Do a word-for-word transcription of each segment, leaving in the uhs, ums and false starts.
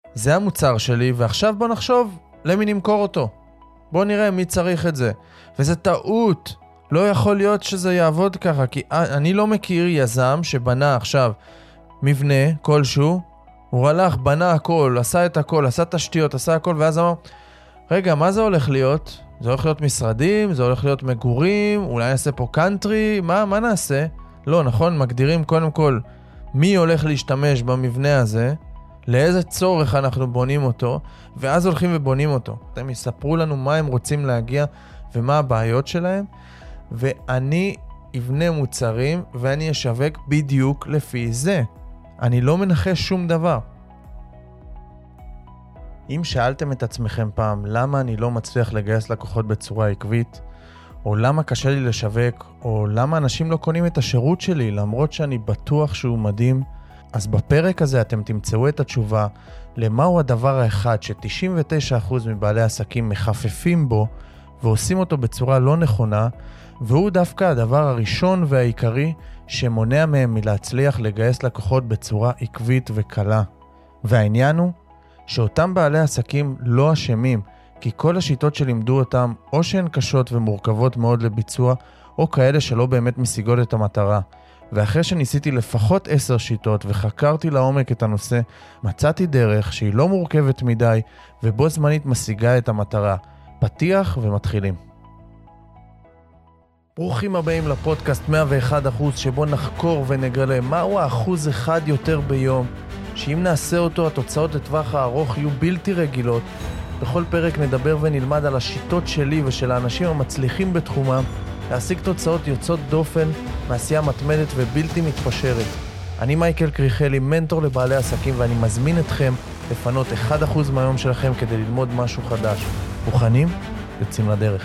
זה המוצר שלי, ועכשיו בוא נחשוב למי נמכור אותו. בוא נראה מי צריך את זה. וזה טעות. לא יכול להיות שזה יעבוד ככה, כי אני לא מכיר יזם שבנה עכשיו מבנה כלשהו, הוא הלך, בנה הכל, עשה את הכל, עשה תשתיות, עשה הכל, ואז אמר, רגע, מה זה הולך להיות? זה הולך להיות משרדים, זה הולך להיות מגורים, אולי נעשה פה קאנטרי, מה, מה נעשה? לא, נכון, מגדירים קודם כל מי הולך להשתמש במבנה הזה, לאיזה צורך אנחנו בונים אותו, ואז הולכים ובונים אותו. אתם יספרו לנו מה הם רוצים להגיע ומה הבעיות שלהם, ואני אבנה מוצרים ואני אשווק בדיוק לפי זה. אני לא מנחש שום דבר. אם שאלתם את עצמכם פעם למה אני לא מצליח לגייס לקוחות בצורה עקבית, או למה קשה לי לשווק, או למה אנשים לא קונים את השירות שלי למרות שאני בטוח שהוא מדהים, אז בפרק הזה אתם תמצאו את התשובה למהו הדבר האחד ש-תשעים ותשעה אחוז מבעלי עסקים מחפפים בו ועושים אותו בצורה לא נכונה, והוא דווקא הדבר הראשון והעיקרי שמונע מהם מלהצליח לגייס לקוחות בצורה עקבית וקלה. והעניין הוא שאותם בעלי עסקים לא אשמים, כי כל השיטות שלימדו אותם או שהן קשות ומורכבות מאוד לביצוע, או כאלה שלא באמת משיגות את המטרה. ואחרי שניסיתי לפחות עשר שיטות וחקרתי לעומק את הנושא, מצאתי דרך שהיא לא מורכבת מדי ובו זמנית משיגה את המטרה. פתיח ומתחילים. ברוכים הבאים לפודקאסט מאה ואחד אחוז, שבו נחקור ונגלה מהו האחוז אחד יותר ביום, שאם נעשה אותו התוצאות לטווח הארוך יהיו בלתי רגילות. בכל פרק נדבר ונלמד על השיטות שלי ושל האנשים המצליחים בתחומם להשיג תוצאות יוצאות דופן מעשייה מתמדת ובלתי מתפשרת. אני מייקל קריכלי, מנטור לבעלי עסקים, ואני מזמין אתכם לפנות אחד אחוז מהיום שלכם כדי ללמוד משהו חדש. מוכנים? יוצאים לדרך.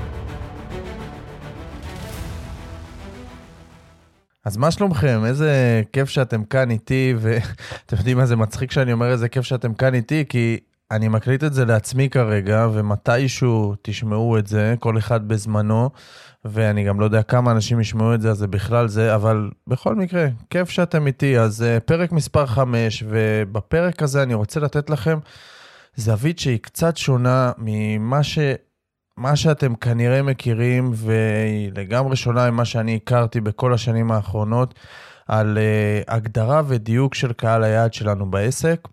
אז מה שלומכם? איזה כיף שאתם כאן איתי, ואתם יודעים מה זה מצחיק שאני אומר איזה כיף שאתם כאן איתי, כי אני מקליט את זה לעצמי כרגע, ומתישהו תשמעו את זה, כל אחד בזמנו, ואני גם לא יודע כמה אנשים ישמעו את זה, אז זה בכלל זה, אבל בכל מקרה, כיף שאתם איתי. אז פרק מספר חמש, ובפרק הזה אני רוצה לתת לכם זווית שהיא קצת שונה ממה ש... מה שאתם כנראה מכירים, והיא לגמרי שונה ממה שאני הכרתי בכל השנים האחרונות, על uh, הגדרה ודיוק של קהל היעד שלנו בעסק.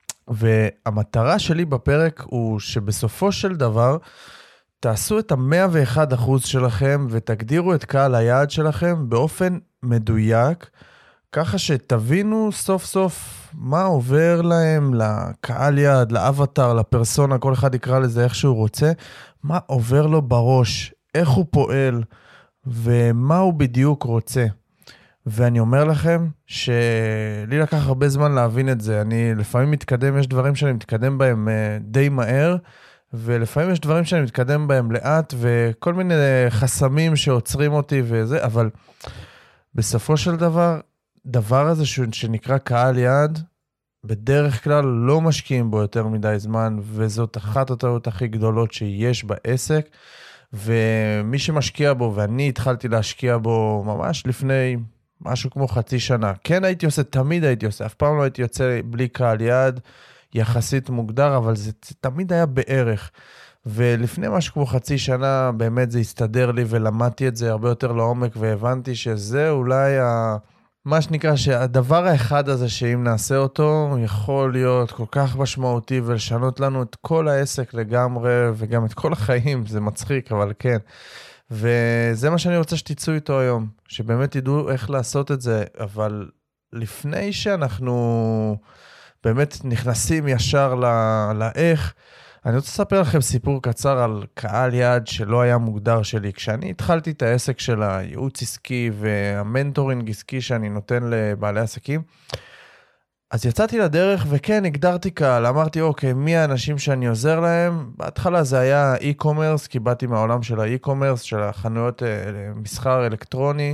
והמטרה שלי בפרק הוא שבסופו של דבר, תעשו את ה-מאה ואחד אחוז שלכם, ותגדירו את קהל היעד שלכם באופן מדויק, ככה שתבינו סוף סוף מה עובר להם, לקהל יעד, לאבטר, לפרסונה, כל אחד יקרא לזה איך שהוא רוצה, מה עובר לו בראש, איך הוא פועל, ומה הוא בדיוק רוצה. ואני אומר לכם שלי לקח הרבה זמן להבין את זה. אני לפעמים מתקדם, יש דברים שאני מתקדם בהם די מהר, ולפעמים יש דברים שאני מתקדם בהם לאט, וכל מיני חסמים שעוצרים אותי וזה, אבל בסופו של דבר, דבר הזה שנקרא קהל יעד, בדרך כלל לא משקיעים בו יותר מדי זמן, וזאת אחת הטעויות הכי גדולות שיש בעסק, ומי שמשקיע בו, ואני התחלתי להשקיע בו ממש לפני משהו כמו חצי שנה, כן הייתי עושה, תמיד הייתי עושה, אף פעם לא הייתי יוצא בלי קהל יעד, יחסית מוגדר, אבל זה, זה תמיד היה בערך, ולפני משהו כמו חצי שנה, באמת זה הסתדר לי, ולמדתי את זה הרבה יותר לעומק, והבנתי שזה אולי ה... מה שנקרא שהדבר האחד הזה שאם נעשה אותו יכול להיות כל כך משמעותי ולשנות לנו את כל העסק לגמרי וגם את כל החיים, זה מצחיק אבל כן. וזה מה שאני רוצה שתצאו איתו היום, שבאמת תדעו איך לעשות את זה, אבל לפני שאנחנו באמת נכנסים ישר לאיך, אני רוצה לספר לכם סיפור קצר על קהל יעד שלא היה מוגדר שלי. כשאני התחלתי את העסק של הייעוץ עסקי והמנטורינג עסקי שאני נותן לבעלי עסקים, אז יצאתי לדרך וכן, הגדרתי קהל, אמרתי אוקיי, מי האנשים שאני עוזר להם? בהתחלה זה היה אי-קומרס, כי באתי מהעולם של האי-קומרס, של החנויות מסחר אלקטרוני,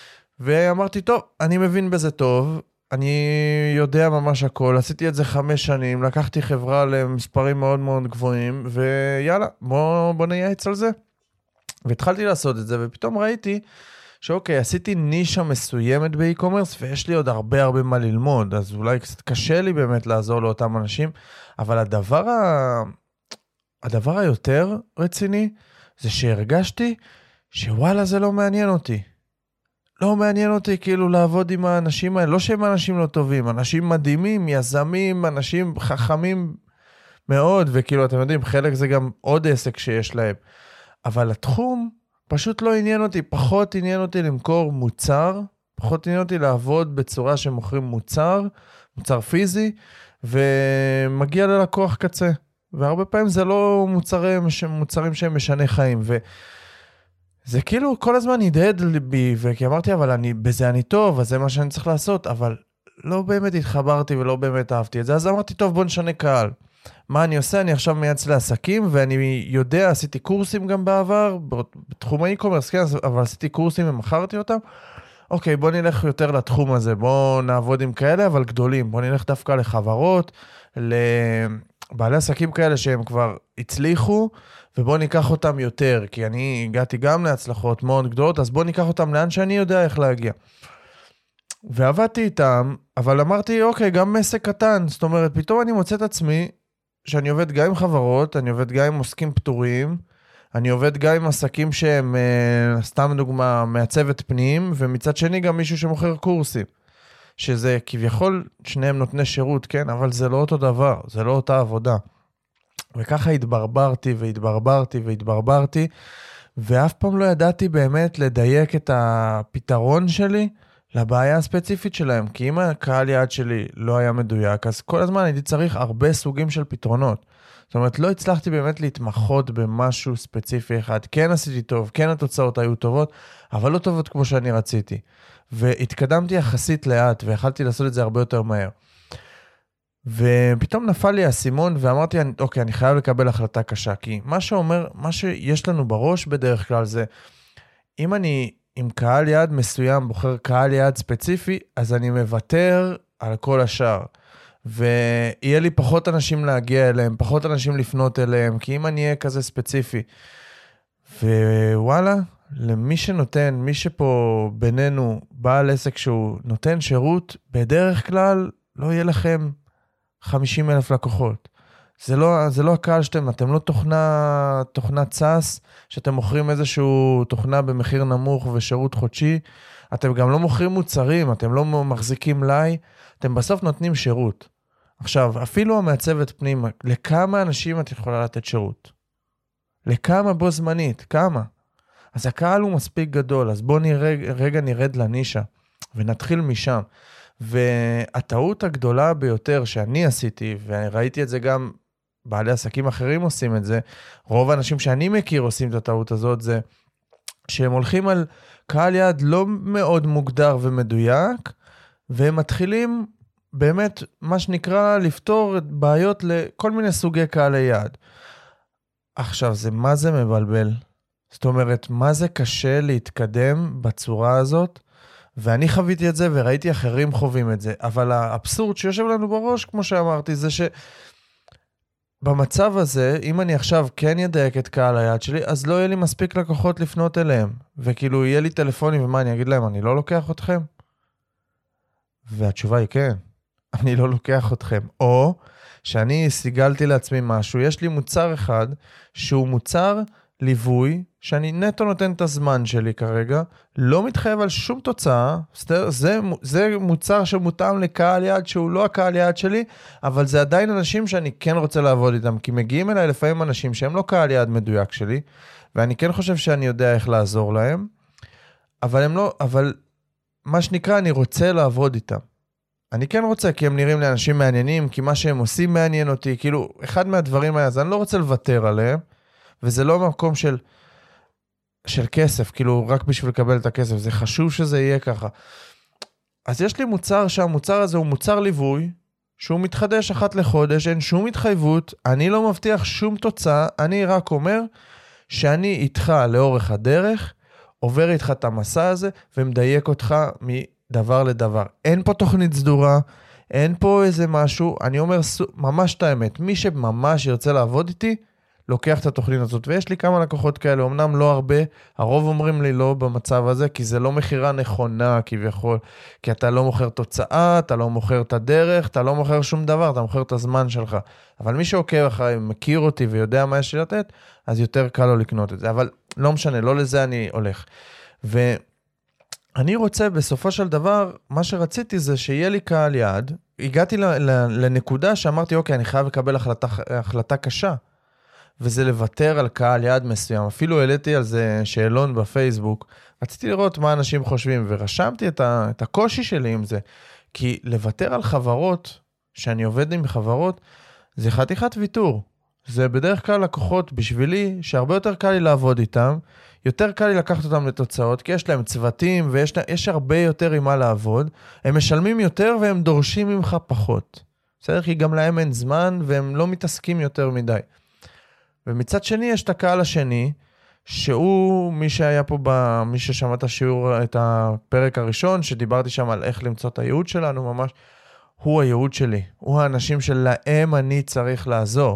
ואמרתי טוב, אני מבין בזה טוב, אני יודע ממש הכל, עשיתי את זה חמש שנים, לקחתי חברה למספרים מאוד מאוד גבוהים, ויאללה, בוא, בוא נייעץ על זה. והתחלתי לעשות את זה, ופתאום ראיתי שאוקיי, עשיתי נישה מסוימת באי-קומרס, ויש לי עוד הרבה הרבה מה ללמוד, אז אולי קצת קשה לי באמת לעזור לאותם אנשים, אבל הדבר, ה... הדבר היותר רציני, זה שהרגשתי שוואלה זה לא מעניין אותי. לא מעניין אותי כאילו לעבוד עם האנשים האלה, לא שהם אנשים לא טובים, אנשים מדהימים, יזמים, אנשים חכמים מאוד, וכאילו אתם יודעים, חלק זה גם עוד עסק שיש להם. אבל התחום פשוט לא עניין אותי, פחות עניין אותי למכור מוצר, פחות עניין אותי לעבוד בצורה שמוכרים מוצר, מוצר פיזי, ומגיע ללקוח קצה. והרבה פעמים זה לא מוצרים, מוצרים שהם משנה חיים, וזה כאילו כל הזמן ידהד בי, וכי אמרתי, אבל אני, בזה אני טוב, אז זה מה שאני צריך לעשות, אבל לא באמת התחברתי ולא באמת אהבתי את זה, אז אמרתי, טוב, בוא נשנה קהל. מה אני עושה? אני עכשיו מייעץ לעסקים, ואני יודע, עשיתי קורסים גם בעבר, בתחום האי-קומרס, כן, אבל עשיתי קורסים ומכרתי אותם. אוקיי, בוא נלך יותר לתחום הזה, בוא נעבוד עם כאלה, אבל גדולים. בוא נלך דווקא לחברות, לבעלי עסקים כאלה שהם כבר הצליחו, ובוא ניקח אותם יותר, כי אני הגעתי גם להצלחות מאוד גדולות, אז בוא ניקח אותם לאן שאני יודע איך להגיע. ועבדתי איתם, אבל אמרתי, אוקיי, גם עסק קטן, זאת אומרת, פתאום אני מוצא את עצמי, שאני עובד גם עם חברות, אני עובד גם עם עוסקים פטורים, אני עובד גם עם עסקים שהם, סתם דוגמה, מעצבת פנים, ומצד שני גם מישהו שמוכר קורסים, שזה כביכול שניהם נותני שירות, כן, אבל זה לא אותו דבר, זה לא אותה עבודה. וככה התברברתי והתברברתי והתברברתי, ואף פעם לא ידעתי באמת לדייק את הפתרון שלי, לבעיה הספציפית שלהם, כי אם הקהל יעד שלי לא היה מדויק, אז כל הזמן הייתי צריך הרבה סוגים של פתרונות. זאת אומרת, לא הצלחתי באמת להתמחות במשהו ספציפי אחד. כן עשיתי טוב, כן התוצאות היו טובות, אבל לא טובות כמו שאני רציתי. והתקדמתי יחסית לאט, והחלתי לעשות את זה הרבה יותר מהר. ופתאום נפל לי הסימון, ואמרתי, אוקיי, אני חייב לקבל החלטה קשה, כי מה שאומר, מה שיש לנו בראש בדרך כלל זה, אם אני עם קהל יעד מסוים, בוחר קהל יעד ספציפי, אז אני מוותר על כל השאר. ויהיה לי פחות אנשים להגיע אליהם, פחות אנשים לפנות אליהם, כי אם אני אהיה כזה ספציפי. ווואלה, למי שנותן, מי שפה בינינו בעל עסק שהוא נותן שירות, בדרך כלל לא יהיה לכם חמישים אלף לקוחות. זה לא, זה לא הקהל שאתם, אתם לא תוכנה, תוכנת סאס, שאתם מוכרים איזשהו תוכנה במחיר נמוך ושירות חודשי, אתם גם לא מוכרים מוצרים, אתם לא מחזיקים לי, אתם בסוף נותנים שירות. עכשיו, אפילו המעצבת פנים, לכמה אנשים את יכולה לתת שירות? לכמה בו זמנית? כמה? אז הקהל הוא מספיק גדול, אז בואו נרד, רגע נרד לנישה, ונתחיל משם. והטעות הגדולה ביותר שאני עשיתי, וראיתי את זה גם בעלי עסקים אחרים עושים את זה, רוב האנשים שאני מכיר עושים את הטעות הזאת, זה שהם הולכים על קהל יעד לא מאוד מוגדר ומדויק, והם מתחילים באמת מה שנקרא לפתור בעיות לכל מיני סוגי קהלי יעד. עכשיו, זה מה זה מבלבל? זאת אומרת, מה זה קשה להתקדם בצורה הזאת? ואני חוויתי את זה וראיתי אחרים חווים את זה, אבל האבסורד שיושב לנו בראש, כמו שאמרתי, זה שבמצב הזה, אם אני עכשיו כן ידייק את קהל היעד שלי, אז לא יהיה לי מספיק לקוחות לפנות אליהם, וכאילו יהיה לי טלפונים, ומה אני אגיד להם, אני לא לוקח אתכם? והתשובה היא כן, אני לא לוקח אתכם. או שאני סיגלתי לעצמי משהו, יש לי מוצר אחד, שהוא מוצר ליווי, שאני נטו נותן את הזמן שלי כרגע, לא מתחייב על שום תוצאה, זה, זה מוצר שמותאם לקהל יעד שהוא לא הקהל יעד שלי, אבל זה עדיין אנשים שאני כן רוצה לעבוד איתם, כי מגיעים אליי לפעמים אנשים שהם לא קהל יעד מדויק שלי, ואני כן חושב שאני יודע איך לעזור להם, אבל הם לא, אבל מה שנקרא אני רוצה לעבוד איתם. אני כן רוצה, כי הם נראים לאנשים מעניינים, כי מה שהם עושים מעניין אותי, כאילו אחד מהדברים היה, אז אני לא רוצה לוותר עליהם, וזה לא מקום של, של כסף, כאילו רק בשביל לקבל את הכסף, זה חשוב שזה יהיה ככה. אז יש לי מוצר שהמוצר הזה הוא מוצר ליווי, שהוא מתחדש אחת לחודש, אין שום התחייבות, אני לא מבטיח שום תוצאה, אני רק אומר שאני איתך לאורך הדרך, עובר איתך את המסע הזה, ומדייק אותך מדבר לדבר. אין פה תוכנית סדורה, אין פה איזה משהו, אני אומר ממש את האמת, מי שממש ירצה לעבוד איתי, לוקח את התוכנית הזאת, ויש לי כמה לקוחות כאלה, אמנם לא הרבה, הרוב אומרים לי לא במצב הזה, כי זה לא מחירה נכונה כביכול, כי אתה לא מוכר תוצאה, אתה לא מוכר את הדרך, אתה לא מוכר שום דבר, אתה מוכר את הזמן שלך. אבל מי שעוקב אחרי, מכיר אותי ויודע מה יש לי לתת, אז יותר קל לו לקנות את זה. אבל לא משנה, לא לזה אני הולך. ואני רוצה בסופו של דבר, מה שרציתי זה שיהיה לי קהל יעד, הגעתי לנקודה שאמרתי, אוקיי, אני חייב לקבל החלטה, החלטה קשה, וזה לוותר על קהל יעד מסוים. אפילו העליתי על זה שאלון בפייסבוק, רציתי לראות מה אנשים חושבים, ורשמתי את, ה, את הקושי שלי עם זה, כי לוותר על חברות, שאני עובד עם חברות, זה חתיכת ויתור. זה בדרך כלל לקוחות בשבילי, שהרבה יותר קל לי לעבוד איתם, יותר קל לי לקחת אותם לתוצאות, כי יש להם צוותים, ויש יש הרבה יותר עם מה לעבוד, הם משלמים יותר והם דורשים ממך פחות. בסדר? כי גם להם אין זמן, והם לא מתעסקים יותר מדי. ומצד שני יש את הקהל השני, שהוא מי שהיה פה, ב, מי ששמע את השיעור, את הפרק הראשון, שדיברתי שם על איך למצוא את הייעוד שלנו ממש, הוא הייעוד שלי. הוא האנשים שלהם אני צריך לעזור.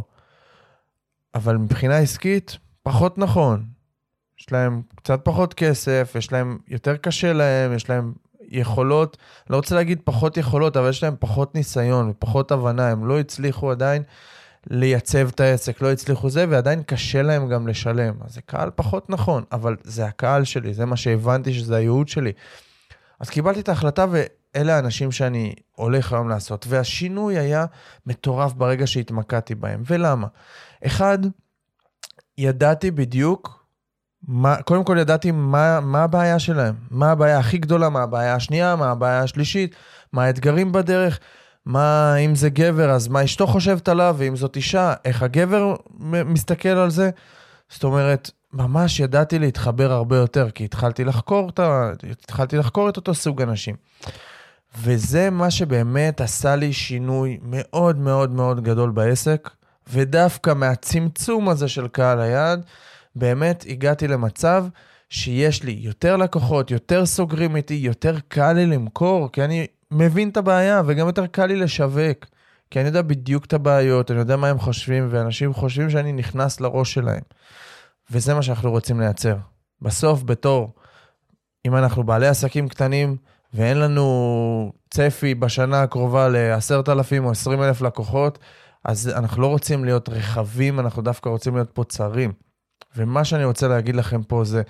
אבל מבחינה עסקית, פחות נכון. יש להם קצת פחות כסף, יש להם יותר קשה להם, יש להם יכולות, לא רוצה להגיד פחות יכולות, אבל יש להם פחות ניסיון ופחות הבנה, הם לא הצליחו עדיין לייצב את העסק, לא הצליחו זה, ועדיין קשה להם גם לשלם. אז זה קהל פחות נכון, אבל זה הקהל שלי, זה מה שהבנתי שזה הייעוד שלי. אז קיבלתי את ההחלטה, ואלה האנשים שאני הולך היום לעשות, והשינוי היה מטורף ברגע שהתמקדתי בהם. ולמה? אחד, ידעתי בדיוק, מה, קודם כל ידעתי מה, מה הבעיה שלהם, מה הבעיה הכי גדולה, מה הבעיה השנייה, מה הבעיה השלישית, מה האתגרים בדרך, מה, אם זה גבר, אז מה אשתו חושבת עליו, ואם זאת אישה, איך הגבר מסתכל על זה. זאת אומרת, ממש ידעתי להתחבר הרבה יותר, כי התחלתי לחקור, התחלתי לחקור את אותו סוג אנשים. וזה מה שבאמת עשה לי שינוי מאוד מאוד מאוד גדול בעסק, ודווקא מהצמצום הזה של קהל היעד, באמת הגעתי למצב שיש לי יותר לקוחות, יותר סוגרים איתי, יותר קל לי למכור, כי אני מבין את הבעיה, וגם יותר קל לי לשווק, כי אני יודע בדיוק את הבעיות, אני יודע מה הם חושבים, ואנשים חושבים שאני נכנס לראש שלהם. וזה מה שאנחנו רוצים לייצר. בסוף, בתור, אם אנחנו בעלי עסקים קטנים, ואין לנו צפי בשנה הקרובה ל-עשרת אלפים או עשרים אלף לקוחות, אז אנחנו לא רוצים להיות רחבים, אנחנו דווקא רוצים להיות פה צרים. ומה שאני רוצה להגיד לכם פה זה,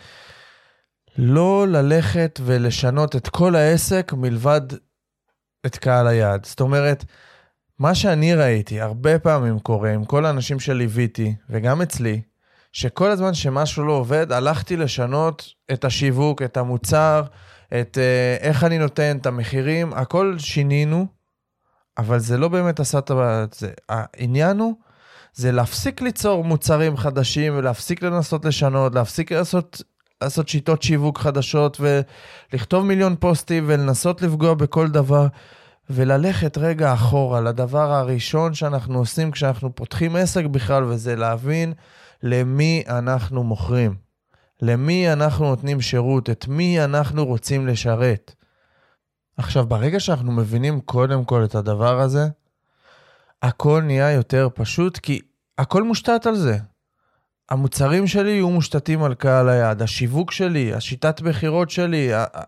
לא ללכת ולשנות את כל העסק מלבד את קהל היעד. זאת אומרת, מה שאני ראיתי הרבה פעמים קורה עם כל האנשים שליוויתי, וגם אצלי, שכל הזמן שמשהו לא עובד, הלכתי לשנות את השיווק, את המוצר, את uh, איך אני נותן את המחירים, הכל שינינו, אבל זה לא באמת עשה את זה. העניין הוא, זה להפסיק ליצור מוצרים חדשים, ולהפסיק לנסות לשנות, להפסיק לעשות, לעשות שיטות שיווק חדשות, ולכתוב מיליון פוסטים, ולנסות לפגוע בכל דבר, וללכת רגע אחורה, לדבר הראשון שאנחנו עושים, כשאנחנו פותחים עסק בכלל, וזה להבין למי אנחנו מוכרים, למי אנחנו נותנים שירות, את מי אנחנו רוצים לשרת. עכשיו, ברגע שאנחנו מבינים קודם כל את הדבר הזה, הכל נהיה יותר פשוט, כי הכל מושתת על זה. המוצרים שלי יהיו מושתתים על קהל היעד, השיווק שלי, השיטת בחירות שלי,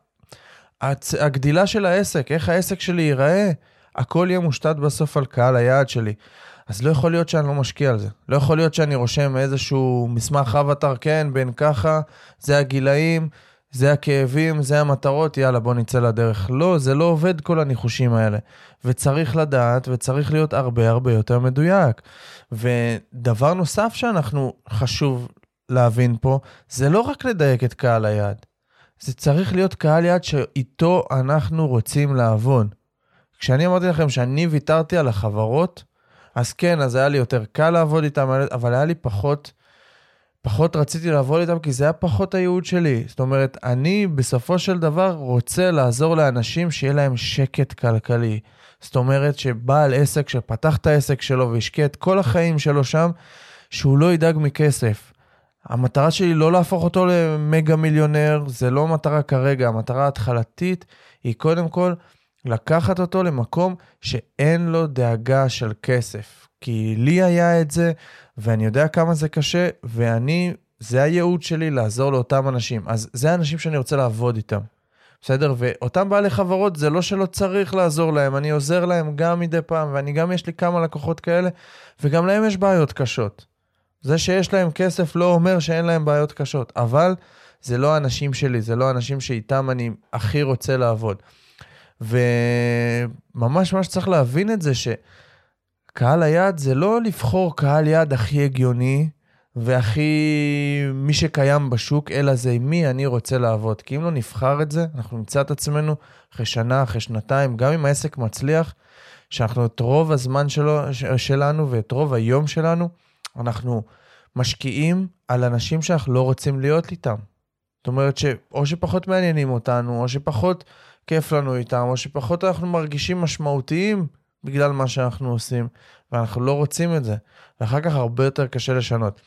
הגדילה של העסק, איך העסק שלי ייראה, הכל יהיה מושתת בסוף על קהל היעד שלי. אז לא יכול להיות שאני לא משקיע על זה. לא יכול להיות שאני רושם איזשהו מסמך אבטר, כן, בין ככה, זה הגילאים, זה הכאבים, זה המטרות, יאללה, בוא נצא לדרך. לא, זה לא עובד כל הניחושים האלה. וצריך לדעת, וצריך להיות הרבה הרבה יותר מדויק. ודבר נוסף שאנחנו חשוב להבין פה, זה לא רק לדייק את קהל היעד. זה צריך להיות קהל יעד שאיתו אנחנו רוצים לעבוד. כשאני אמרתי לכם שאני ויתרתי על החברות, אז כן, אז היה לי יותר קל לעבוד איתם, אבל היה לי פחות, פחות רציתי לעבוד איתם, כי זה היה פחות הייעוד שלי. זאת אומרת, אני בסופו של דבר רוצה לעזור לאנשים שיהיה להם שקט כלכלי. זאת אומרת, שבעל עסק שפתח את העסק שלו והשקיע את כל החיים שלו שם, שהוא לא ידאג מכסף. המטרה שלי לא להפוך אותו למגה מיליונר, זה לא מטרה כרגע, המטרה ההתחלתית היא קודם כל לקחת אותו למקום שאין לו דאגה של כסף. כי לי היה את זה, ואני יודע כמה זה קשה, ואני, זה הייעוד שלי לעזור לאותם אנשים. אז זה האנשים שאני רוצה לעבוד איתם. בסדר? ואותם בעלי חברות, זה לא שלא צריך לעזור להם, אני עוזר להם גם מדי פעם, ואני גם יש לי כמה לקוחות כאלה, וגם להם יש בעיות קשות. זה שיש להם כסף לא אומר שאין להם בעיות קשות, אבל זה לא האנשים שלי, זה לא האנשים שאיתם אני הכי רוצה לעבוד. וממש ממש צריך להבין את זה, שקהל היעד זה לא לבחור קהל יעד הכי הגיוני, והכי מי שקיים בשוק, אלא זה מי אני רוצה לעבוד. כי אם לא נבחר את זה, אנחנו נמצא את עצמנו אחרי שנה, אחרי שנתיים, גם אם העסק מצליח, שאנחנו את רוב הזמן שלו, שלנו ואת רוב היום שלנו, אנחנו משקיעים על אנשים שאנחנו לא רוצים להיות איתם. זאת אומרת שאו שפחות מעניינים אותנו, או שפחות כיף לנו איתם, או שפחות אנחנו מרגישים משמעותיים בגלל מה שאנחנו עושים, ואנחנו לא רוצים את זה. ואחר כך הרבה יותר קשה לשנות.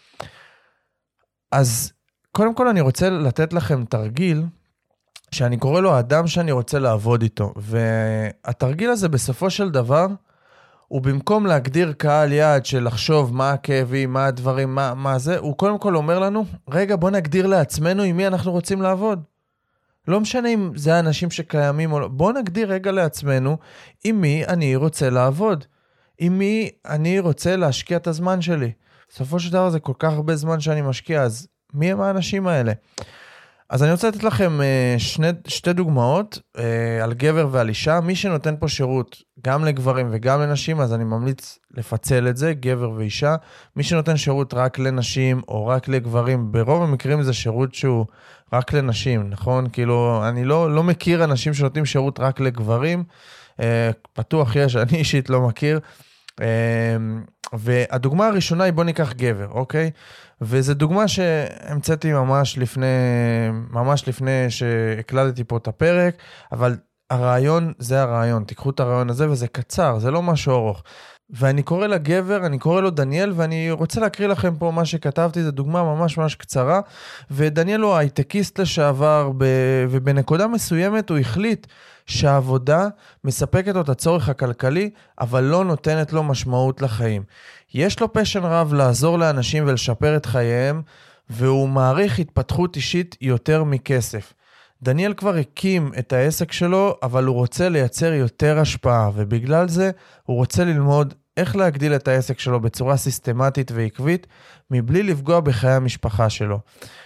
אז קודם כל אני רוצה לתת לכם תרגיל, שאני קורא לו האדם שאני רוצה לעבוד איתו. והתרגיל הזה בסופו של דבר, הוא במקום להגדיר קהל יעד של לחשוב מה הכאבים, מה הדברים, מה, מה זה, הוא קודם כל אומר לנו, רגע בוא נגדיר לעצמנו עם מי אנחנו רוצים לעבוד. לא משנה אם זה האנשים שקיימים או לא, בוא נגדיר רגע לעצמנו עם מי אני רוצה לעבוד. עם מי אני רוצה להשקיע את הזמן שלי. בסופו של דבר זה כל כך הרבה זמן שאני משקיע, אז מי הם האנשים האלה? אז אני רוצה לתת לכם שני, שתי דוגמאות על גבר ועל אישה. מי שנותן פה שירות גם לגברים וגם לנשים, אז אני ממליץ לפצל את זה, גבר ואישה. מי שנותן שירות רק לנשים או רק לגברים, ברוב המקרים זה שירות שהוא רק לנשים, נכון? כאילו, אני לא, לא מכיר אנשים שנותנים שירות רק לגברים, פתוח יש, אני אישית לא מכיר. והדוגמה הראשונה היא בוא ניקח גבר, אוקיי? וזו דוגמה שהמצאתי ממש לפני, ממש לפני שהקלדתי פה את הפרק, אבל הרעיון זה הרעיון, תיקחו את הרעיון הזה וזה קצר, זה לא משהו ארוך. ואני קורא לגבר, אני קורא לו דניאל, ואני רוצה להקריא לכם פה מה שכתבתי, זו דוגמה ממש ממש קצרה, ודניאל הוא הייטקיסט לשעבר, ובנקודה מסוימת הוא החליט שהעבודה מספקת לו את הצורך הכלכלי, אבל לא נותנת לו משמעות לחיים. יש לו פשן רב לעזור לאנשים ולשפר את חייהם, והוא מעריך התפתחות אישית יותר מכסף. דניאל כבר הקים את העסק שלו, אבל הוא רוצה לייצר יותר השפעה, ובגלל זה הוא רוצה ללמוד איך להגדיל את העסק שלו בצורה סיסטמטית ועקבית, מבלי לפגוע בחיי המשפחה שלו.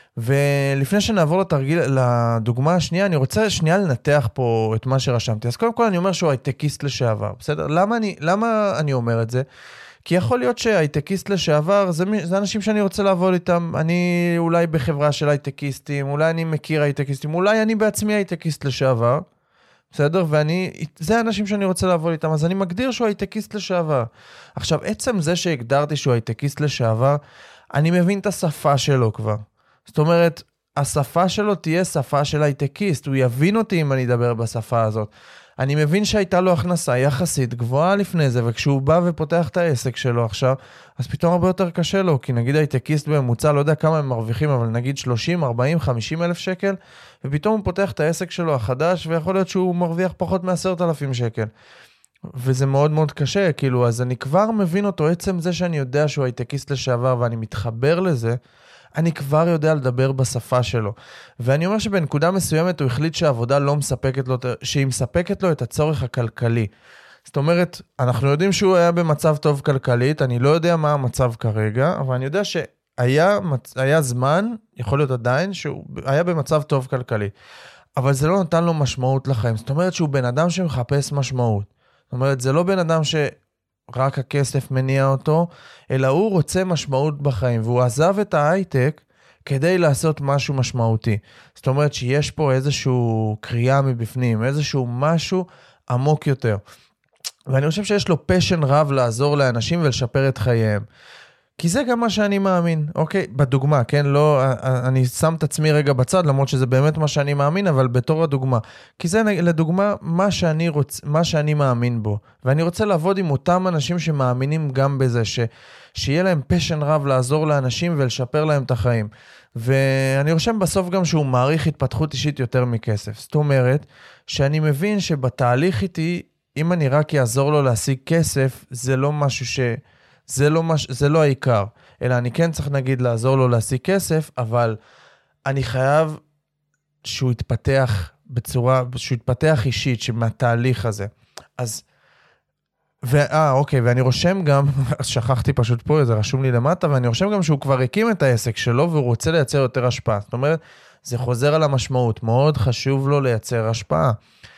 ולפני שנעבור לתרגיל, לדוגמה השנייה, אני רוצה שנייה לנתח פה את מה שרשמתי. אז קודם כל אני אומר שהוא הייטקיסט לשעבר, בסדר? למה אני, למה אני אומר את זה? כי יכול להיות שהייטקיסט לשעבר, זה, זה אנשים שאני רוצה לעבוד איתם, אני אולי בחברה של הייטקיסטים, אולי אני מכיר הייטקיסטים, אולי אני בעצמי הייטקיסט לשעבר, בסדר? ואני, זה האנשים שאני רוצה לעבוד איתם, אז אני מגדיר שהוא הייטקיסט לשעבר. עכשיו, עצם זה שהגדרתי שהוא הייטקיסט לשעבר, אני מבין את השפה שלו כבר. זאת אומרת, השפה שלו תהיה שפה של הייטקיסט, הוא יבין אותי אם אני אדבר בשפה הזאת. אני מבין שהייתה לו הכנסה יחסית גבוהה לפני זה, וכשהוא בא ופותח את העסק שלו עכשיו, אז פתאום הרבה יותר קשה לו, כי נגיד הייטקיסט בממוצע, לא יודע כמה הם מרוויחים, אבל נגיד שלושים, ארבעים, חמישים אלף שקל, ופתאום הוא פותח את העסק שלו החדש, ויכול להיות שהוא מרוויח פחות מ-עשרת אלפים שקל. וזה מאוד מאוד קשה, כאילו, אז אני כבר מבין אותו, עצם זה שאני יודע שהוא הייטקיסט לשעבר, ואני מתחבר לזה, אני כבר יודע לדבר בשפה שלו. ואני אומר שבנקודה מסוימת הוא החליט שהעבודה לא מספקת לו, שהיא מספקת לו את הצורך הכלכלי. זאת אומרת, אנחנו יודעים שהוא היה במצב טוב כלכלית, אני לא יודע מה המצב כרגע, אבל אני יודע שהיה היה זמן, יכול להיות עדיין, שהוא היה במצב טוב כלכלית. אבל זה לא נתן לו משמעות לחיים. זאת אומרת שהוא בן אדם שמחפש משמעות. זאת אומרת, זה לא בן אדם ש... רק הכסף מניע אותו, אלא הוא רוצה משמעות בחיים, והוא עזב את ההייטק כדי לעשות משהו משמעותי. זאת אומרת שיש פה איזשהו קריאה מבפנים, איזשהו משהו עמוק יותר. ואני חושב שיש לו פשן רב לעזור לאנשים ולשפר את חייהם. כי זה גם מה שאני מאמין, אוקיי? בדוגמה, כן? לא, אני שם את עצמי רגע בצד, למרות שזה באמת מה שאני מאמין, אבל בתור הדוגמה. כי זה לדוגמה מה שאני, רוצ, מה שאני מאמין בו. ואני רוצה לעבוד עם אותם אנשים שמאמינים גם בזה, ש, שיהיה להם פשן רב לעזור לאנשים ולשפר להם את החיים. ואני רושם בסוף גם שהוא מעריך התפתחות אישית יותר מכסף. זאת אומרת, שאני מבין שבתהליך איתי, אם אני רק יעזור לו להשיג כסף, זה לא משהו ש... זה לא, מש... זה לא העיקר, אלא אני כן צריך נגיד לעזור לו להשיג כסף, אבל אני חייב שהוא יתפתח בצורה, שהוא יתפתח אישית, שמהתהליך הזה. אז, ואה, אוקיי, ואני רושם גם, שכחתי פשוט פה, זה רשום לי למטה, ואני רושם גם שהוא כבר הקים את העסק שלו, והוא רוצה לייצר יותר השפעה. זאת אומרת, זה חוזר על המשמעות, מאוד חשוב לו לייצר השפעה.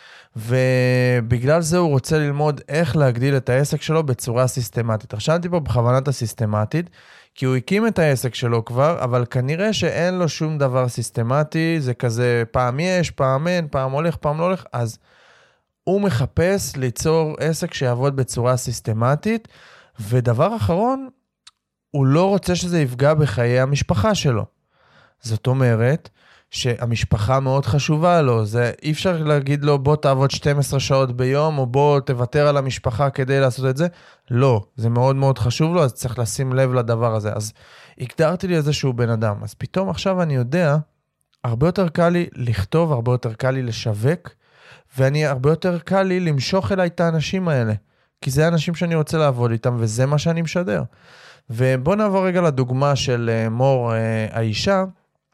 ובגלל זה הוא רוצה ללמוד איך להגדיל את העסק שלו בצורה סיסטמטית. רשמתי פה בכוונת הסיסטמטית, כי הוא הקים את העסק שלו כבר, אבל כנראה שאין לו שום דבר סיסטמטי, זה כזה פעם יש, פעם אין, פעם הולך, פעם לא הולך, אז הוא מחפש ליצור עסק שיעבוד בצורה סיסטמטית, ודבר אחרון, הוא לא רוצה שזה יפגע בחיי המשפחה שלו. זאת אומרת, שהמשפחה מאוד חשובה לו, זה אי אפשר להגיד לו בוא תעבוד שתים עשרה שעות ביום, או בוא תוותר על המשפחה כדי לעשות את זה, לא, זה מאוד מאוד חשוב לו, אז צריך לשים לב לדבר הזה, אז הגדרתי לי איזשהו בן אדם, אז פתאום עכשיו אני יודע, הרבה יותר קל לי לכתוב, הרבה יותר קל לי לשווק, ואני הרבה יותר קל לי למשוך אליי את האנשים האלה, כי זה האנשים שאני רוצה לעבוד איתם, וזה מה שאני משדר. ובוא נעבור רגע לדוגמה של מור האישה,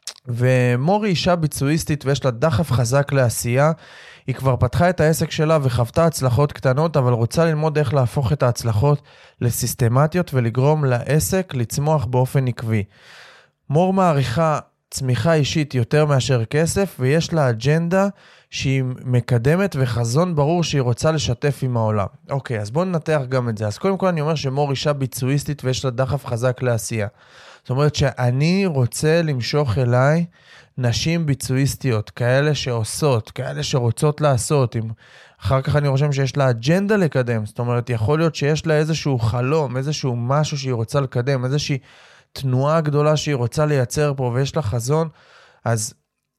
ומור היא אישה ביצועיסטית ויש לה דחף חזק לעשייה, היא כבר פתחה את העסק שלה וחוותה הצלחות קטנות, אבל רוצה ללמוד איך להפוך את ההצלחות לסיסטמטיות ולגרום לעסק לצמוח באופן עקבי. מור מעריכה צמיחה אישית יותר מאשר כסף, ויש לה אג'נדה שהיא מקדמת וחזון ברור שהיא רוצה לשתף עם העולם. אוקיי, אז בואו ננתח גם את זה. אז קודם כל אני אומר שמור אישה ביצועיסטית ויש לה דחף חזק לעשייה. זאת אומרת שאני רוצה למשוך אליי נשים ביצועיסטיות, כאלה שעושות, כאלה שרוצות לעשות. אם אחר כך אני חושב שיש לה אג'נדה לקדם, זאת אומרת יכול להיות שיש לה איזשהו חלום, איזשהו משהו שהיא רוצה לקדם, איזושהי תנועה גדולה שהיא רוצה לייצר פה ויש לה חזון, אז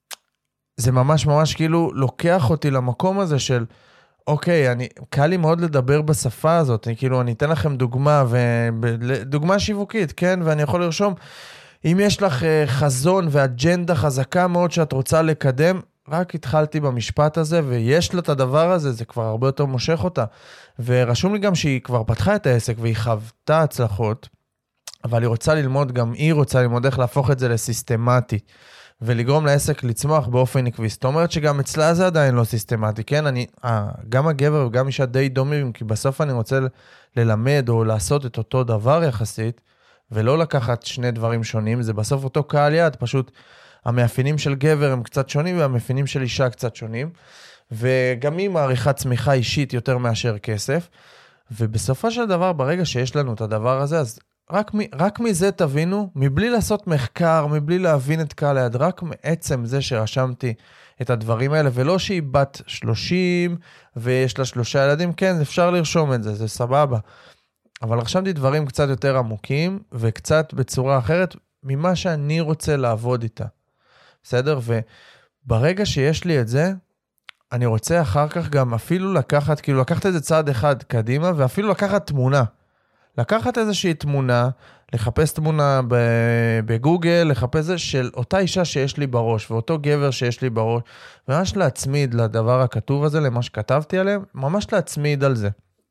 זה ממש ממש כאילו לוקח אותי למקום הזה של, אוקיי, אני, קל לי מאוד לדבר בשפה הזאת, אני, כאילו אני אתן לכם דוגמה, דוגמה שיווקית, כן? ואני יכול לרשום, אם יש לך חזון ואג'נדה חזקה מאוד שאת רוצה לקדם, רק התחלתי במשפט הזה, ויש לה את הדבר הזה, זה כבר הרבה יותר מושך אותה. ורשום לי גם שהיא כבר פתחה את העסק, והיא חוותה הצלחות, אבל היא רוצה ללמוד, גם היא רוצה ללמוד איך להפוך את זה לסיסטמטי, ולגרום לעסק לצמוח באופן עקבי. זאת אומרת שגם אצלה זה עדיין לא סיסטמטי, כן? אני, אה, גם הגבר וגם אישה די דומים, כי בסוף אני רוצה ללמד או לעשות את אותו דבר יחסית, ולא לקחת שני דברים שונים, זה בסוף אותו קהל יד, פשוט המאפיינים של גבר הם קצת שונים, והמאפיינים של אישה קצת שונים, וגם היא מעריכה צמיחה אישית יותר מאשר כסף, ובסופו של דבר, ברגע שיש לנו את הדבר הזה, אז רק, רק מזה תבינו, מבלי לעשות מחקר, מבלי להבין את קהל היד, רק מעצם זה שרשמתי את הדברים האלה, ולא שהיא בת שלושים ויש לה שלושה ילדים, כן, אפשר לרשום את זה, זה סבבה. אבל רשמתי דברים קצת יותר עמוקים, וקצת בצורה אחרת, ממה שאני רוצה לעבוד איתה. בסדר? וברגע שיש לי את זה, אני רוצה אחר כך גם אפילו לקחת, כאילו לקחת את זה צעד אחד קדימה, ואפילו לקחת תמונה. לקחת איזושהי תמונה, לחפש תמונה בגוגל, לחפש זה של אותה אישה שיש לי בראש, ואותו גבר שיש לי בראש, ממש להצמיד לדבר הכתוב הזה, למה שכתבתי עליהם, ממש להצמיד על זה.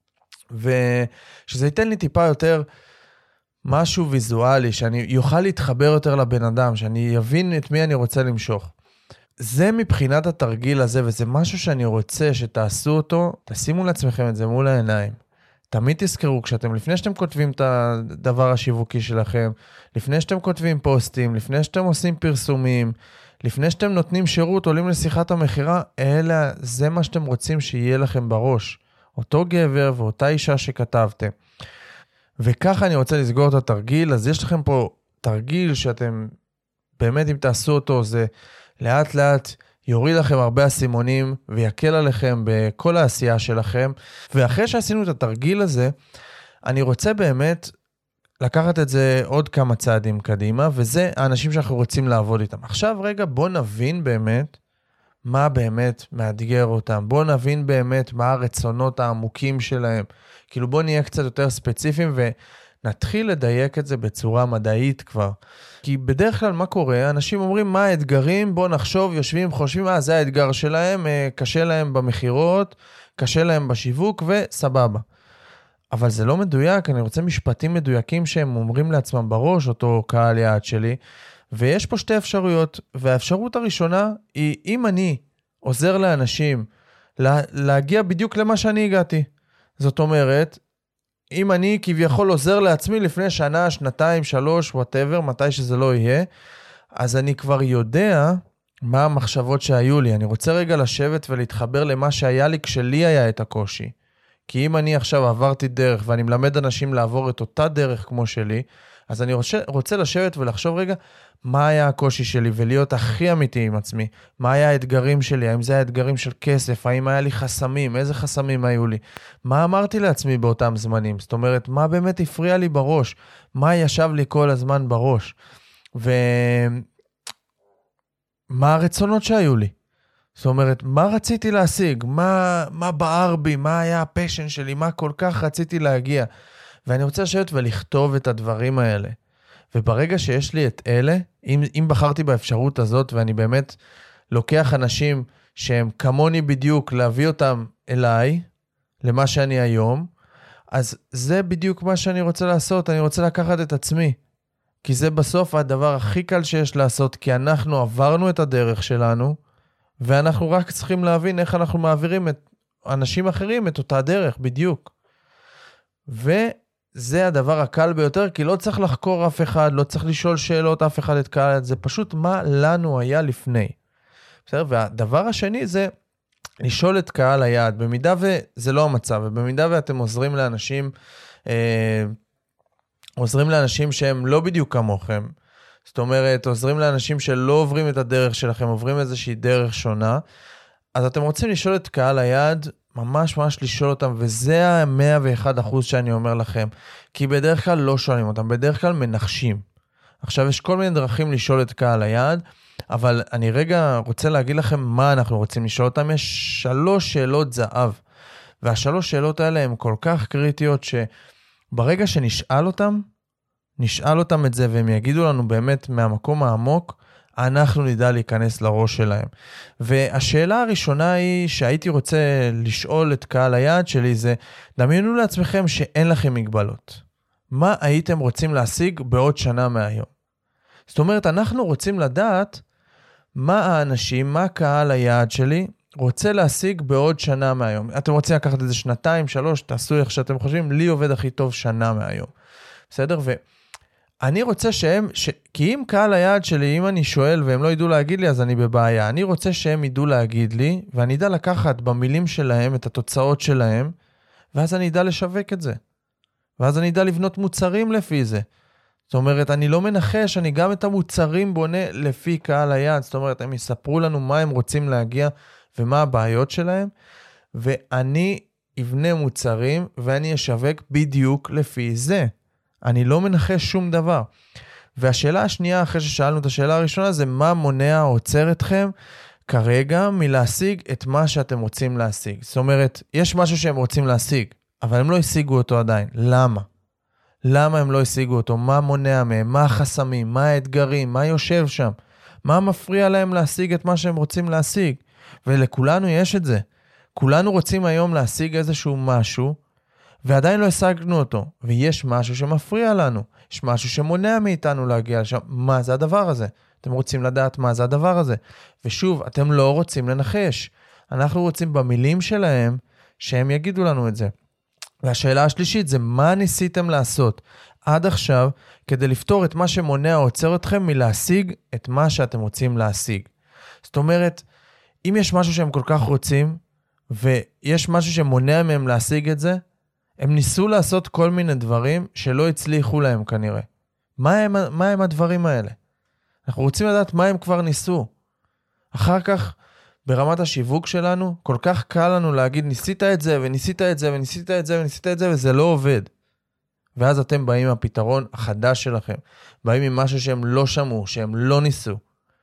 ושזה ייתן לי טיפה יותר משהו ויזואלי, שאני יוכל להתחבר יותר לבן אדם, שאני יבין את מי אני רוצה למשוך. זה מבחינת התרגיל הזה, וזה משהו שאני רוצה שתעשו אותו, תשימו לעצמכם את זה מול העיניים. תמיד תזכרו, כשאתם, לפני שאתם כותבים את הדבר השיווקי שלכם, לפני שאתם כותבים פוסטים, לפני שאתם עושים פרסומים, לפני שאתם נותנים שירות, עולים לשיחת המחירה, אלה, זה מה שאתם רוצים שיהיה לכם בראש. אותו גבר ואותה אישה שכתבתם. וככה אני רוצה לסגור את התרגיל, אז יש לכם פה תרגיל שאתם, באמת אם תעשו אותו, זה לאט לאט יוריד לכם הרבה הסימונים, ויקל עליכם בכל העשייה שלכם, ואחרי שעשינו את התרגיל הזה, אני רוצה באמת לקחת את זה עוד כמה צעדים קדימה, וזה האנשים שאנחנו רוצים לעבוד איתם. עכשיו רגע בוא נבין באמת, מה באמת מאתגר אותם, בוא נבין באמת מה הרצונות העמוקים שלהם, כאילו בוא נהיה קצת יותר ספציפיים ונתחיל לדייק את זה בצורה מדעית כבר. כי בדרך כלל מה קורה? אנשים אומרים מה האתגרים, בוא נחשוב, יושבים, חושבים, אה זה האתגר שלהם, קשה להם במחירות, קשה להם בשיווק וסבבה. אבל זה לא מדויק, אני רוצה משפטים מדויקים שהם אומרים לעצמם בראש, אותו קהל יעד שלי, ויש פה שתי אפשרויות, והאפשרות הראשונה היא, אם אני עוזר לאנשים לה, להגיע בדיוק למה שאני הגעתי, זאת אומרת, אם אני כביכול עוזר לעצמי לפני שנה, שנתיים, שלוש, whatever, מתי שזה לא יהיה, אז אני כבר יודע מה המחשבות שהיו לי. אני רוצה רגע לשבת ולהתחבר למה שהיה לי כשלי היה את הקושי. כי אם אני עכשיו עברתי דרך ואני מלמד אנשים לעבור את אותה דרך כמו שלי, אז אני רוצה, רוצה לשבת ולחשוב רגע מה היה הקושי שלי ולהיות הכי אמיתי עם עצמי. מה היה האתגרים שלי? האם זה היה אתגרים של כסף? האם היה לי חסמים? איזה חסמים היו לי? מה אמרתי לעצמי באותם זמנים? זאת אומרת, מה באמת הפריע לי בראש? מה ישב לי כל הזמן בראש? ומה הרצונות שהיו לי? זאת אומרת, מה רציתי להשיג? מה, מה בער בי? מה היה הפשן שלי? מה כל כך רציתי להגיע? ואני רוצה לשבת ולכתוב את הדברים האלה. וברגע שיש לי את אלה, אם, אם בחרתי באפשרות הזאת, ואני באמת לוקח אנשים שהם כמוני בדיוק, להביא אותם אליי, למה שאני היום, אז זה בדיוק מה שאני רוצה לעשות. אני רוצה לקחת את עצמי. כי זה בסוף הדבר הכי קל שיש לעשות, כי אנחנו עברנו את הדרך שלנו, ואנחנו רק צריכים להבין איך אנחנו מעבירים את אנשים אחרים את אותה דרך, בדיוק. וזה הדבר הקל ביותר, כי לא צריך לחקור אף אחד, לא צריך לשאול שאלות אף אחד את קהל, זה פשוט מה לנו היה לפני. בסדר? והדבר השני זה לשאול את קהל היעד, במידה וזה לא המצב, ובמידה ואתם עוזרים לאנשים, אה, עוזרים לאנשים שהם לא בדיוק כמוכם, זאת אומרת, עוזרים לאנשים שלא עוברים את הדרך שלכם, עוברים איזושהי דרך שונה, אז אתם רוצים לשאול את קהל היעד, ממש ממש לשאול אותם, וזה ה-מאה ואחד אחוז שאני אומר לכם, כי בדרך כלל לא שואלים אותם, בדרך כלל מנחשים. עכשיו יש כל מיני דרכים לשאול את קהל היעד, אבל אני רגע רוצה להגיד לכם מה אנחנו רוצים לשאול אותם, יש שלוש שאלות זהב, והשלוש שאלות האלה הן כל כך קריטיות, שברגע שנשאל אותם, נשאל אותם את זה, והם יגידו לנו באמת מהמקום העמוק, אנחנו נדע להיכנס לראש שלהם. והשאלה הראשונה היא, שהייתי רוצה לשאול את קהל היעד שלי, זה, דמיינו לעצמכם שאין לכם מגבלות. מה הייתם רוצים להשיג בעוד שנה מהיום? זאת אומרת, אנחנו רוצים לדעת, מה האנשים, מה קהל היעד שלי, רוצה להשיג בעוד שנה מהיום. אתם רוצים לקחת את זה שנתיים, שלוש, תעשו איך שאתם חושבים, לי עובד הכי טוב שנה מהיום. בסדר? ו... אני רוצה שהם, ש... כי אם קהל היעד שלי, אם אני שואל והם לא ידעו להגיד לי, אז אני בבעיה. אני רוצה שהם ידעו להגיד לי, ואני אדע לקחת במילים שלהם את התוצאות שלהם, ואז אני אדע לשווק את זה. ואז אני אדע לבנות מוצרים לפי זה. זאת אומרת, אני לא מנחש, אני גם את המוצרים בונה לפי קהל היעד. זאת אומרת, הם יספרו לנו מה הם רוצים להגיע, ומה הבעיות שלהם, ואני אבנה מוצרים, ואני אשווק בדיוק לפי זה. אני לא מנחש שום דבר. והשאלה השנייה, אחרי ששאלנו את השאלה הראשונה, זה מה מונע או עוצר אתכם כרגע מלהשיג את מה שאתם רוצים להשיג. זאת אומרת, יש משהו שהם רוצים להשיג, אבל הם לא השיגו אותו עדיין. למה? למה הם לא השיגו אותו? מה מונע מהם? מה החסמים? מה האתגרים? מה יושב שם? מה מפריע להם להשיג את מה שהם רוצים להשיג? ולכולנו יש את זה. כולנו רוצים היום להשיג איזשהו משהו, ועדיין לא השגנו אותו, ויש משהו שמפריע לנו, יש משהו שמונע מאיתנו להגיע לשם. מה זה הדבר הזה? אתם רוצים לדעת מה זה הדבר הזה. ושוב, אתם לא רוצים לנחש. אנחנו רוצים במילים שלהם, שהם יגידו לנו את זה. והשאלה השלישית זה, מה ניסיתם לעשות עד עכשיו, כדי לפתור את מה שמונע או עוצר אתכם מלהשיג את מה שאתם רוצים להשיג. זאת אומרת, אם יש משהו שהם כל כך רוצים, ויש משהו שמונע מהם להשיג את זה, הם ניסו לעשות כל מיני דברים שלא הצליחו להם כנראה. מה הם, מה הם הדברים האלה? אנחנו רוצים לדעת מה הם כבר ניסו. אחר כך, ברמת השיווק שלנו, כל כך קל לנו להגיד, ניסית את זה, וניסית את זה, וניסית את זה, וניסית את זה, וזה לא עובד. ואז אתם באים עם הפתרון החדש שלכם. באים עם משהו שהם לא שמעו, שהם לא ניסו.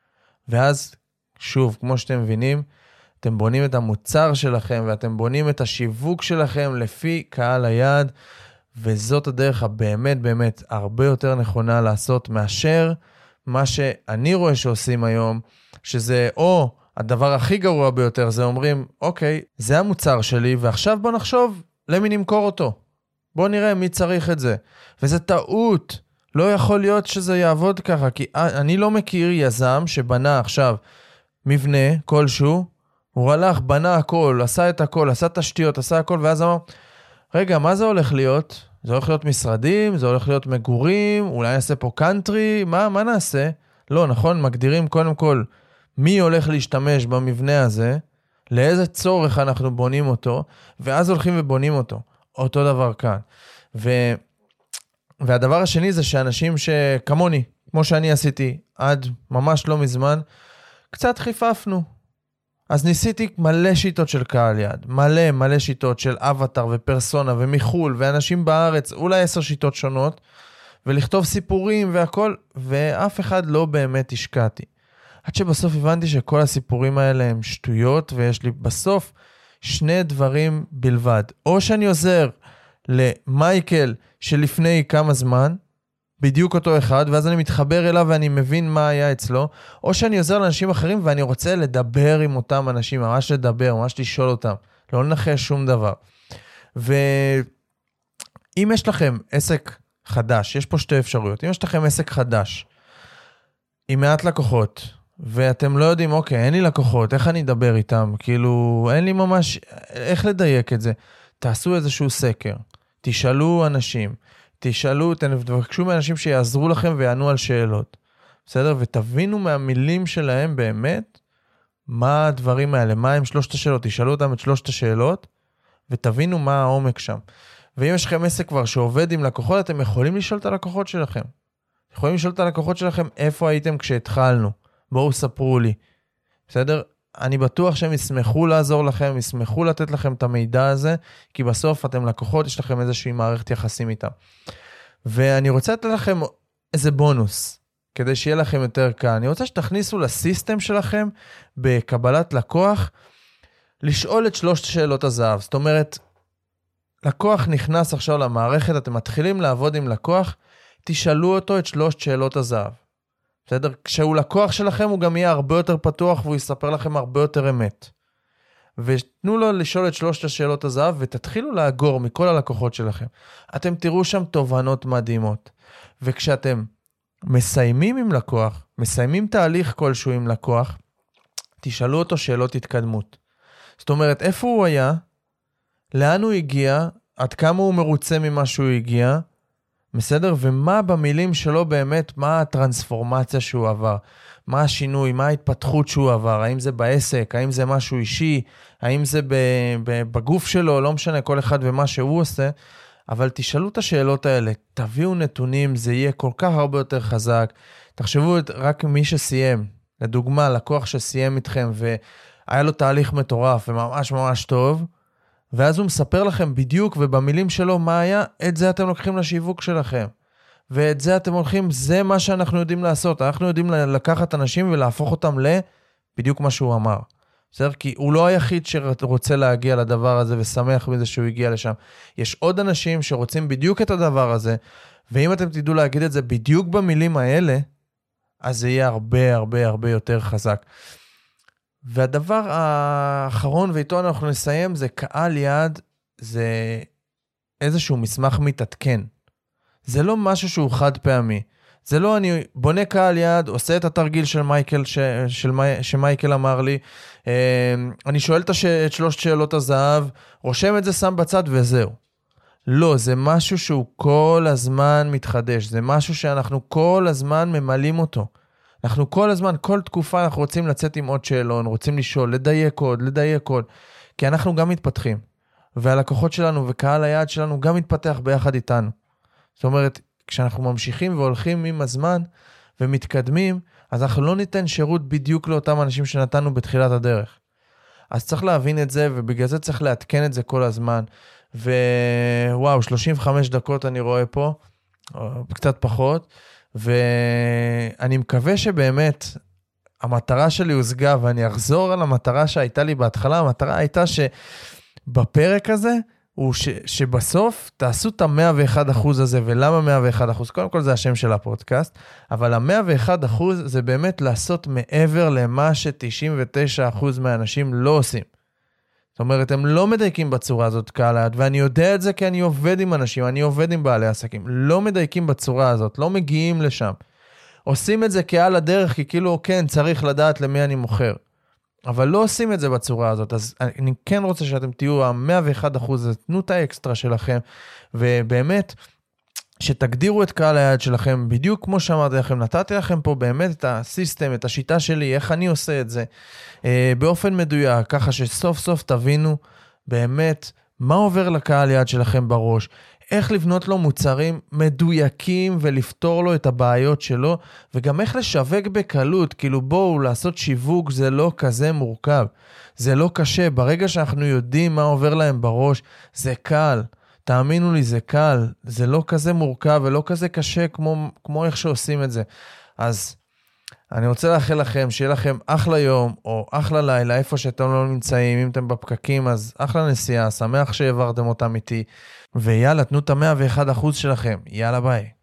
ואז, שוב, כמו שאתם מבינים, אתם בונים את המוצר שלכם, ואתם בונים את השיווק שלכם לפי קהל היעד, וזאת הדרך הבאמת באמת הרבה יותר נכונה לעשות מאשר מה שאני רואה שעושים היום, שזה או הדבר הכי גרוע ביותר, זה אומרים, אוקיי, זה המוצר שלי, ועכשיו בוא נחשוב למי נמכור אותו. בוא נראה מי צריך את זה. וזה טעות. לא יכול להיות שזה יעבוד ככה, כי אני לא מכיר יזם שבנה עכשיו מבנה כלשהו, הוא הלך, בנה הכל, עשה את הכל, עשה תשתיות, עשה הכל, ואז אמר, רגע, מה זה הולך להיות? זה הולך להיות משרדים, זה הולך להיות מגורים, אולי נעשה פה קאנטרי, מה, מה נעשה? לא, נכון, מגדירים קודם כל מי הולך להשתמש במבנה הזה, לאיזה צורך אנחנו בונים אותו, ואז הולכים ובונים אותו. אותו דבר כאן. ו... והדבר השני זה שאנשים שכמוני, כמו שאני עשיתי עד ממש לא מזמן, קצת חיפפנו. אז ניסיתי מלא שיטות של קהל יעד, מלא מלא שיטות של אבטר ופרסונה ומחול ואנשים בארץ, אולי עשר שיטות שונות, ולכתוב סיפורים והכל, ואף אחד לא באמת השקעתי. עד שבסוף הבנתי שכל הסיפורים האלה הם שטויות, ויש לי בסוף שני דברים בלבד. או שאני עוזר למייקל שלפני כמה זמן, בדיוק אותו אחד, ואז אני מתחבר אליו ואני מבין מה היה אצלו, או שאני עוזר לאנשים אחרים ואני רוצה לדבר עם אותם אנשים, ממש לדבר, ממש לשאול אותם, לא לנחש שום דבר. ואם יש לכם עסק חדש, יש פה שתי אפשרויות, אם יש לכם עסק חדש, עם מעט לקוחות, ואתם לא יודעים, אוקיי, אין לי לקוחות, איך אני אדבר איתם? כאילו, אין לי ממש, איך לדייק את זה? תעשו איזשהו סקר, תשאלו אנשים, תשאלו, תבקשו מאנשים שיעזרו לכם ויענו על שאלות. בסדר? ותבינו מהמילים שלהם באמת, מה הדברים האלה, מה הם שלושת השאלות, תשאלו אותם את שלושת השאלות, ותבינו מה העומק שם. ואם יש לכם עסק כבר שעובד עם לקוחות, אתם יכולים לשאול את הלקוחות שלכם. יכולים לשאול את הלקוחות שלכם, איפה הייתם כשהתחלנו? בואו ספרו לי. בסדר? אני בטוח שהם ישמחו לעזור לכם, ישמחו לתת לכם את המידע הזה, כי בסוף אתם לקוחות, יש לכם איזושהי מערכת יחסים איתם. ואני רוצה לתת לכם איזה בונוס, כדי שיהיה לכם יותר קל. אני רוצה שתכניסו לסיסטם שלכם, בקבלת לקוח, לשאול את שלושת שאלות הזהב. זאת אומרת, לקוח נכנס עכשיו למערכת, אתם מתחילים לעבוד עם לקוח, תשאלו אותו את שלושת שאלות הזהב. בסדר? כשהוא לקוח שלכם, הוא גם יהיה הרבה יותר פתוח, והוא יספר לכם הרבה יותר אמת. ותנו לו לשאול את שלושת השאלות הזהב, ותתחילו לאגור מכל הלקוחות שלכם. אתם תראו שם תובנות מדהימות. וכשאתם מסיימים עם לקוח, מסיימים תהליך כלשהו עם לקוח, תשאלו אותו שאלות התקדמות. זאת אומרת, איפה הוא היה? לאן הוא הגיע? עד כמה הוא מרוצה ממה שהוא הגיע? בסדר? ומה במילים שלו באמת, מה הטרנספורמציה שהוא עבר? מה השינוי? מה ההתפתחות שהוא עבר? האם זה בעסק? האם זה משהו אישי? האם זה בגוף שלו? לא משנה, כל אחד ומה שהוא עושה. אבל תשאלו את השאלות האלה, תביאו נתונים, זה יהיה כל כך הרבה יותר חזק. תחשבו רק מי שסיים, לדוגמה, לקוח שסיים איתכם והיה לו תהליך מטורף וממש ממש טוב, ואז הוא מספר לכם בדיוק ובמילים שלו מה היה, את זה אתם לוקחים לשיווק שלכם. ואת זה אתם הולכים, זה מה שאנחנו יודעים לעשות. אנחנו יודעים לקחת אנשים ולהפוך אותם לבדיוק מה שהוא אמר. בסדר? כי הוא לא היחיד שרוצה להגיע לדבר הזה ושמח מזה שהוא הגיע לשם. יש עוד אנשים שרוצים בדיוק את הדבר הזה, ואם אתם תדעו להגיד את זה בדיוק במילים האלה, אז זה יהיה הרבה הרבה הרבה יותר חזק. והדבר האחרון, ואיתו אנחנו נסיים, זה קהל יעד, זה איזשהו מסמך מתעדכן. זה לא משהו שהוא חד פעמי. זה לא אני בונה קהל יעד, עושה את התרגיל של מייקל, ש, של מי, שמייקל אמר לי, אני שואל את, הש, את שלושת שאלות הזהב, רושם את זה, שם בצד וזהו. לא, זה משהו שהוא כל הזמן מתחדש, זה משהו שאנחנו כל הזמן ממלאים אותו. אנחנו כל הזמן, כל תקופה אנחנו רוצים לצאת עם עוד שאלון, רוצים לשאול, לדייק עוד, לדייק עוד, כי אנחנו גם מתפתחים, והלקוחות שלנו וקהל היעד שלנו גם מתפתח ביחד איתנו. זאת אומרת, כשאנחנו ממשיכים והולכים עם הזמן ומתקדמים, אז אנחנו לא ניתן שירות בדיוק לאותם אנשים שנתנו בתחילת הדרך. אז צריך להבין את זה, ובגלל זה צריך להתקן את זה כל הזמן. ווואו, שלושים וחמש דקות אני רואה פה, קצת פחות, ואני מקווה שבאמת המטרה שלי הושגה, ואני אחזור על המטרה שהייתה לי בהתחלה. המטרה הייתה שבפרק הזה, הוא ש, שבסוף תעשו את ה-מאה ואחד אחוז הזה, ולמה מאה ואחד אחוז? קודם כל זה השם של הפודקאסט, אבל ה-מאה ואחד אחוז זה באמת לעשות מעבר למה ש-תשעים ותשעה אחוז מהאנשים לא עושים. זאת אומרת, הם לא מדייקים בצורה הזאת קהל היעד, ואני יודע את זה כי אני עובד עם אנשים, אני עובד עם בעלי עסקים, לא מדייקים בצורה הזאת, לא מגיעים לשם. עושים את זה כעל הדרך, כי כאילו, כן, צריך לדעת למי אני מוכר. אבל לא עושים את זה בצורה הזאת, אז אני כן רוצה שאתם תהיו ה-מאה ואחד אחוז, תנו את האקסטרה שלכם, ובאמת, שתגדירו את קהל היעד שלכם, בדיוק כמו שאמרתי לכם, נתתי לכם פה באמת את הסיסטם, את השיטה שלי, איך אני עושה את זה, באופן מדויק, ככה שסוף סוף תבינו באמת מה עובר לקהל היעד שלכם בראש, איך לבנות לו מוצרים מדויקים ולפתור לו את הבעיות שלו, וגם איך לשווק בקלות, כאילו בואו לעשות שיווק זה לא כזה מורכב, זה לא קשה, ברגע שאנחנו יודעים מה עובר להם בראש, זה קל, תאמינו לי זה קל, זה לא כזה מורכב ולא כזה קשה כמו, כמו איך שעושים את זה. אז אני רוצה לאחל לכם, שיהיה לכם אחלה יום או אחלה לילה, איפה שאתם לא נמצאים, אם אתם בפקקים, אז אחלה נסיעה, שמח שהעברתם אותם איתי, ויאללה, תנו את ה-מאה ואחד אחוז שלכם, יאללה ביי.